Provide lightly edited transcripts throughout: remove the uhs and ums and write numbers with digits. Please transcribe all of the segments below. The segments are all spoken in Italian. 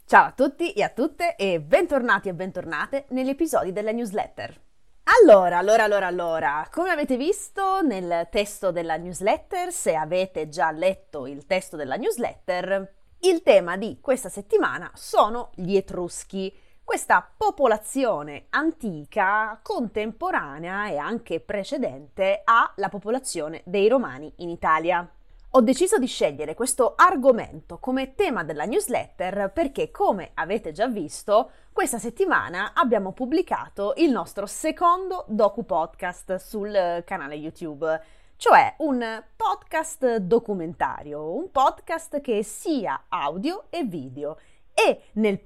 Ciao a tutti e a tutte e bentornati e bentornate negli episodi della newsletter. Allora, come avete visto nel testo della newsletter, se avete già letto il testo della newsletter, il tema di questa settimana sono gli Etruschi, questa popolazione antica, contemporanea e anche precedente alla popolazione dei Romani in Italia. Ho deciso di scegliere questo argomento come tema della newsletter perché, come avete già visto, questa settimana abbiamo pubblicato il nostro secondo docu-podcast sul canale YouTube, cioè un podcast documentario, un podcast che sia audio e video. E nel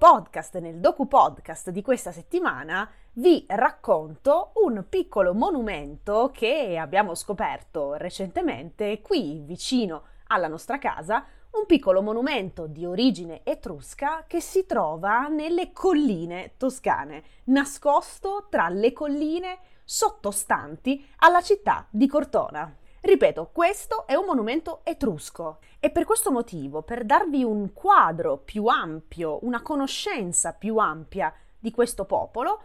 docu-podcast di questa settimana, vi racconto un piccolo monumento che abbiamo scoperto recentemente qui vicino alla nostra casa, un piccolo monumento di origine etrusca che si trova nelle colline toscane, nascosto tra le colline sottostanti alla città di Cortona. Ripeto, questo è un monumento etrusco e per questo motivo, per darvi un quadro più ampio, una conoscenza più ampia di questo popolo,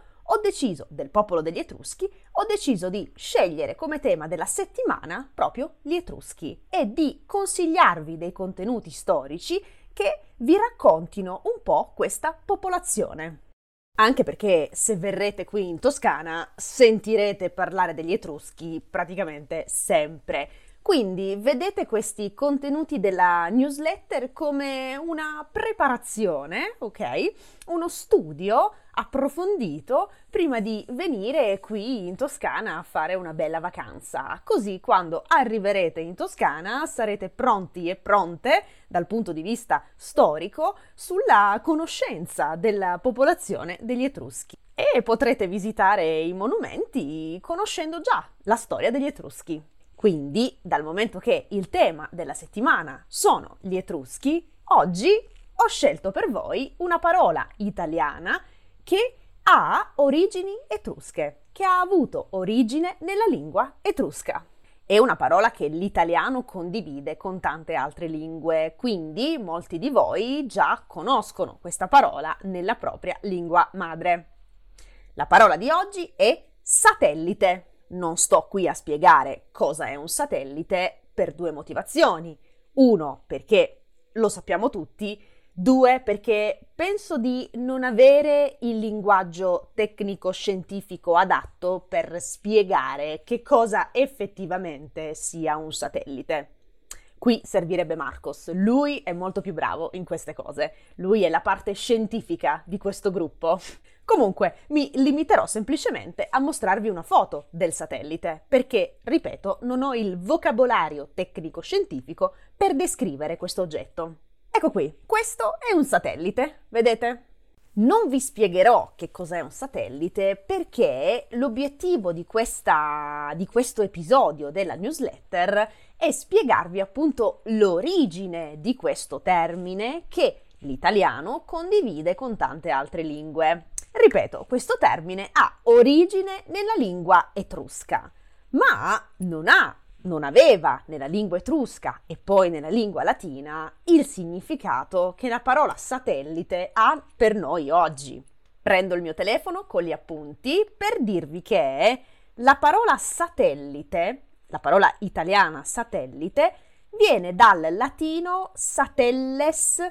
del popolo degli Etruschi, ho deciso di scegliere come tema della settimana proprio gli Etruschi e di consigliarvi dei contenuti storici che vi raccontino un po' questa popolazione. Anche perché se verrete qui in Toscana sentirete parlare degli Etruschi praticamente sempre. Quindi vedete questi contenuti della newsletter come una preparazione, ok? Uno studio approfondito prima di venire qui in Toscana a fare una bella vacanza. Così quando arriverete in Toscana sarete pronti e pronte dal punto di vista storico sulla conoscenza della popolazione degli Etruschi. E potrete visitare i monumenti conoscendo già la storia degli Etruschi. Quindi, dal momento che il tema della settimana sono gli Etruschi, oggi ho scelto per voi una parola italiana che ha origini etrusche, che ha avuto origine nella lingua etrusca. È una parola che l'italiano condivide con tante altre lingue, quindi molti di voi già conoscono questa parola nella propria lingua madre. La parola di oggi è satellite. Non sto qui a spiegare cosa è un satellite per due motivazioni. Uno, perché lo sappiamo tutti. Due, perché penso di non avere il linguaggio tecnico-scientifico adatto per spiegare che cosa effettivamente sia un satellite. Qui servirebbe Marcos, lui è molto più bravo in queste cose, lui è la parte scientifica di questo gruppo. Comunque, mi limiterò semplicemente a mostrarvi una foto del satellite, perché, ripeto, non ho il vocabolario tecnico-scientifico per descrivere questo oggetto. Ecco qui, questo è un satellite, vedete? Non vi spiegherò che cos'è un satellite perché l'obiettivo di questo episodio della newsletter è spiegarvi appunto l'origine di questo termine che l'italiano condivide con tante altre lingue. Ripeto, questo termine ha origine nella lingua etrusca, ma non aveva nella lingua etrusca e poi nella lingua latina il significato che la parola satellite ha per noi oggi. Prendo il mio telefono con gli appunti per dirvi che la parola satellite, la parola italiana satellite, viene dal latino satelles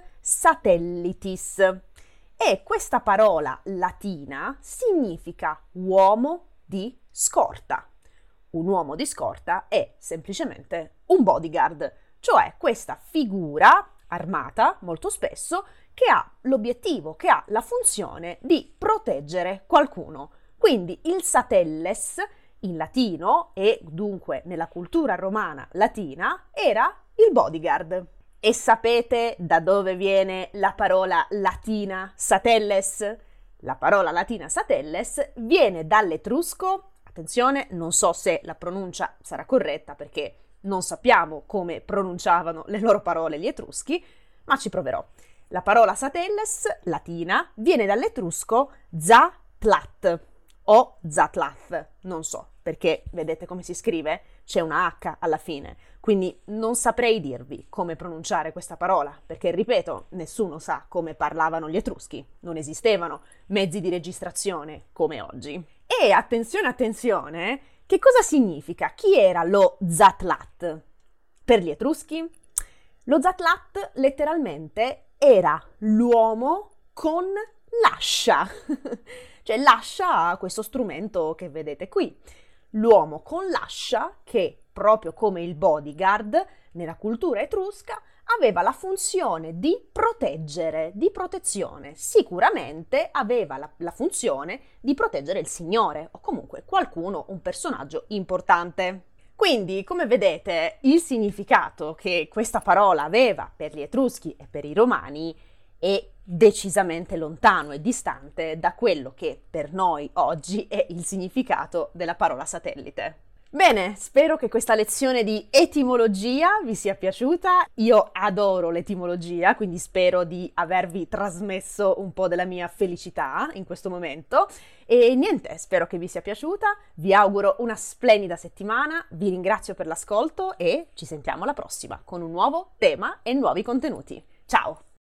satellitis e questa parola latina significa uomo di scorta. Un uomo di scorta è semplicemente un bodyguard, cioè questa figura armata molto spesso che ha l'obiettivo, che ha la funzione di proteggere qualcuno. Quindi il satelles in latino e dunque nella cultura romana latina era il bodyguard. E sapete da dove viene la parola latina satelles? La parola latina satelles viene dall'etrusco. Attenzione, non so se la pronuncia sarà corretta perché non sappiamo come pronunciavano le loro parole gli Etruschi, ma ci proverò. La parola satelles, latina, viene dall'etrusco zatlat o zatlath, non so perché vedete come si scrive? C'è una H alla fine. quindi non saprei dirvi come pronunciare questa parola, perché ripeto, nessuno sa come parlavano gli Etruschi, non esistevano mezzi di registrazione come oggi. E attenzione, attenzione, che cosa significa? Chi era lo Zatlat? Per gli Etruschi? Lo Zatlat letteralmente era l'uomo con l'ascia, cioè l'ascia ha questo strumento che vedete qui, l'uomo con l'ascia che, proprio come il bodyguard nella cultura etrusca, aveva la funzione di proteggere, di protezione. Sicuramente aveva la funzione di proteggere il signore o comunque qualcuno, un personaggio importante. Quindi, come vedete, il significato che questa parola aveva per gli Etruschi e per i Romani è decisamente lontano e distante da quello che per noi oggi è il significato della parola satellite. Bene, spero che questa lezione di etimologia vi sia piaciuta. Io adoro l'etimologia, quindi spero di avervi trasmesso un po' della mia felicità in questo momento. E niente, spero che vi sia piaciuta, vi auguro una splendida settimana, vi ringrazio per l'ascolto e ci sentiamo alla prossima con un nuovo tema e nuovi contenuti. Ciao!